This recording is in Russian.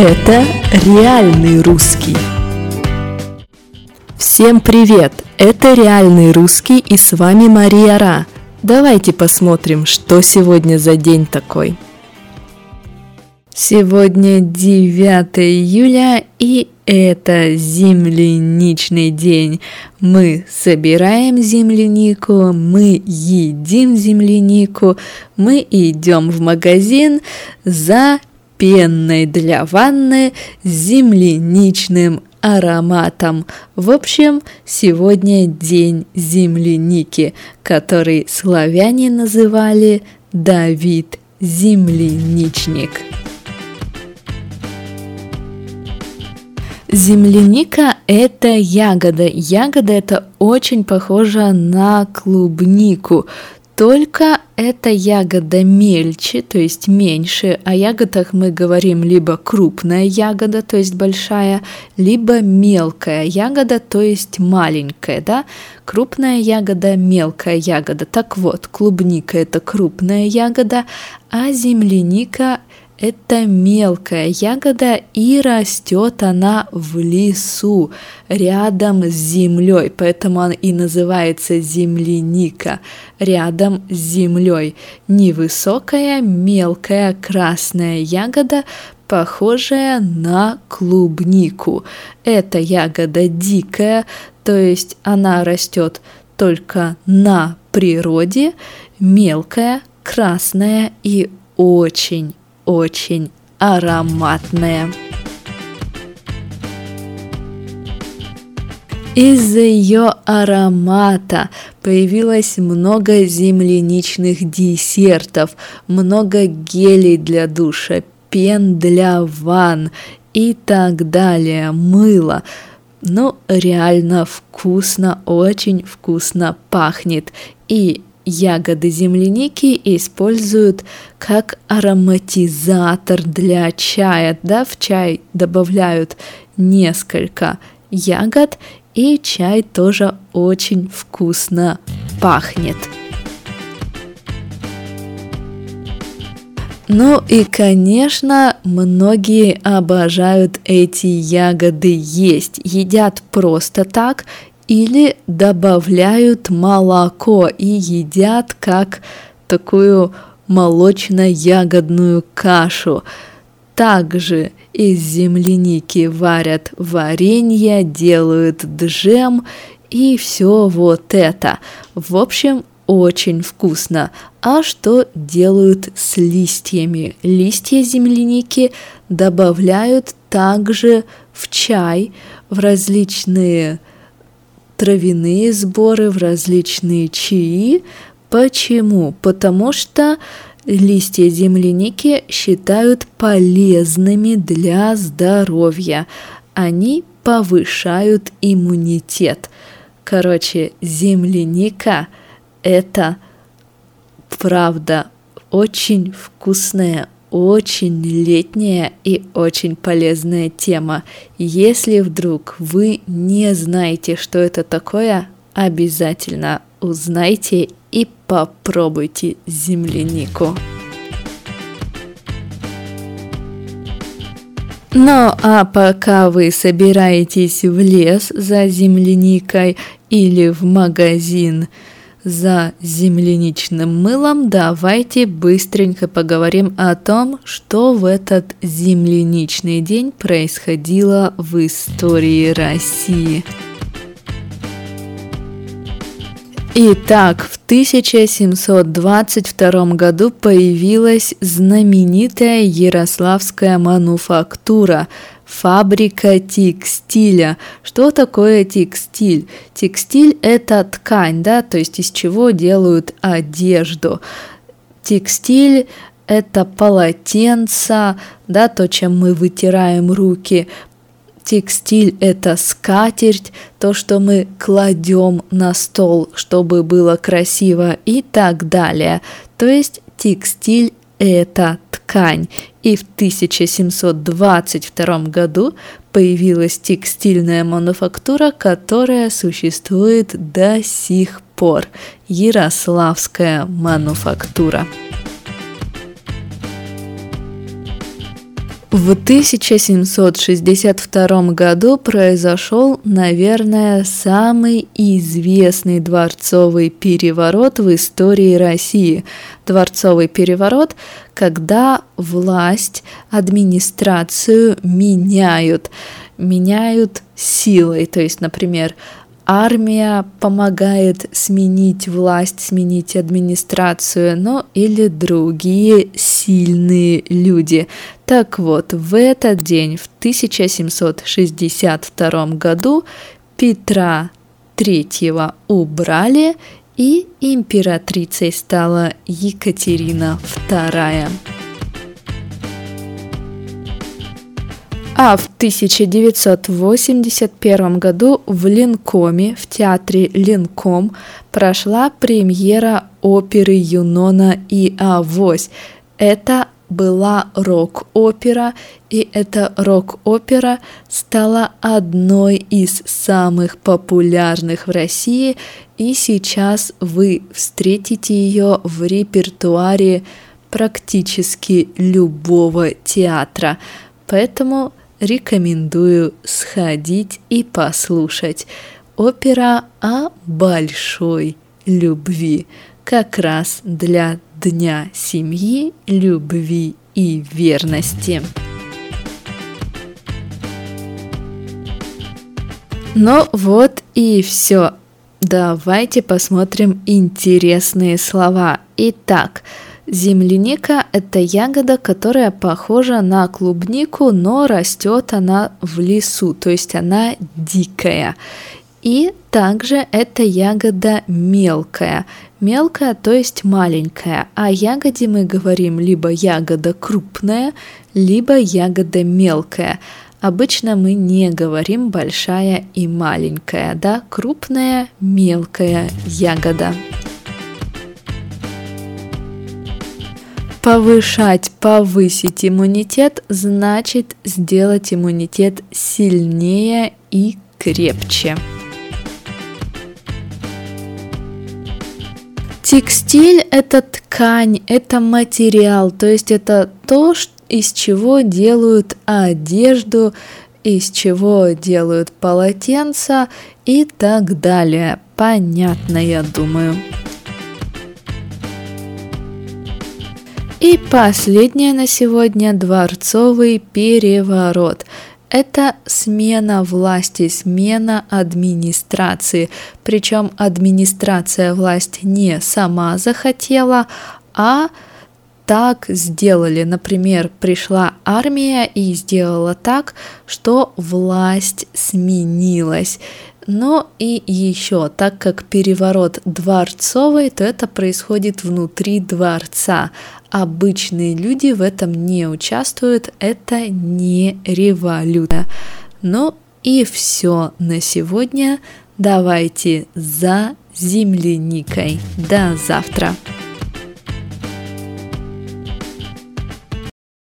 Это реальный русский. Всем привет! Это реальный русский, и с вами Мария Ра. Давайте посмотрим, что сегодня за день такой. Сегодня 9 июля, и это земляничный день. Мы собираем землянику, мы едим землянику, мы идем в магазин за пенной для ванны с земляничным ароматом. В общем, сегодня день земляники, который славяне называли Давид Земляничник. Земляника – это ягода. Ягода это очень похожа на клубнику, только эта ягода мельче, то есть меньше. О ягодах мы говорим либо крупная ягода, то есть большая, либо мелкая ягода, то есть маленькая, да? Крупная ягода, мелкая ягода. Так вот, клубника – это крупная ягода, а земляника – это мелкая ягода, и растет она в лесу, рядом с землей, поэтому она и называется земляника, рядом с землей. Невысокая, мелкая, красная ягода, похожая на клубнику. Эта ягода дикая, то есть она растет только на природе, мелкая, красная и очень ароматная. Из-за ее аромата появилось много земляничных десертов, много гелей для душа, пен для ванн и так далее, мыло. Ну, реально вкусно, очень вкусно пахнет. И ягоды земляники используют как ароматизатор для чая. Да, в чай добавляют несколько ягод, и чай тоже очень вкусно пахнет. Ну и, конечно, многие обожают эти ягоды есть. Едят просто так или добавляют молоко и едят как такую молочно-ягодную кашу. Также из земляники варят варенье, делают джем и все вот это. В общем, очень вкусно. А что делают с листьями? Листья земляники добавляют также в чай, в различные травяные сборы, в различные чаи. Почему? Потому что листья земляники считают полезными для здоровья. Они повышают иммунитет. Короче, земляника – это, правда, очень вкусная, очень летняя и очень полезная тема. Если вдруг вы не знаете, что это такое, обязательно узнайте и попробуйте землянику. Ну а пока вы собираетесь в лес за земляникой или в магазин за земляничным мылом, давайте быстренько поговорим о том, что в этот земляничный день происходило в истории России. Итак, в 1722 году появилась знаменитая Ярославская мануфактура, фабрика текстиля. Что такое текстиль? Текстиль – это ткань, да, то есть из чего делают одежду. Текстиль – это полотенца, да, то, чем мы вытираем руки. Текстиль – это скатерть, то, что мы кладем на стол, чтобы было красиво, и так далее. То есть текстиль – это ткань. И в 1722 году появилась текстильная мануфактура, которая существует до сих пор. Ярославская мануфактура. В 1762 году произошел, наверное, самый известный дворцовый переворот в истории России. Дворцовый переворот, когда власть, администрацию меняют силой. То есть, например, армия помогает сменить власть, сменить администрацию, ну или другие сильные люди. Так вот, в этот день, в 1762 году, Петра III убрали, и императрицей стала Екатерина II. А в 1981 году в Ленкоме, в театре Ленком, прошла премьера оперы Юнона и Авось. Это была рок-опера, и эта рок-опера стала одной из самых популярных в России, и сейчас вы встретите ее в репертуаре практически любого театра. Поэтому рекомендую сходить и послушать. Опера о большой любви, как раз для Дня семьи, любви и верности. Ну вот и все. Давайте посмотрим интересные слова. Итак, земляника – это ягода, которая похожа на клубнику, но растет она в лесу, то есть она дикая. И также это ягода мелкая. Мелкая, то есть маленькая. О ягоде мы говорим либо ягода крупная, либо ягода мелкая. Обычно мы не говорим большая и маленькая, да? Крупная, мелкая ягода. Повышать, повысить иммунитет значит сделать иммунитет сильнее и крепче. Текстиль – это ткань, это материал, то есть это то, из чего делают одежду, из чего делают полотенца и так далее. Понятно, я думаю. И последнее на сегодня – дворцовый переворот. Это смена власти, смена администрации. Причем администрация власть не сама захотела, а так сделали. Например, пришла армия и сделала так, что власть сменилась. Но и еще, так как переворот дворцовый, то это происходит внутри дворца. Обычные люди в этом не участвуют, это не революция. Ну и все на сегодня. Давайте за земляникой. До завтра.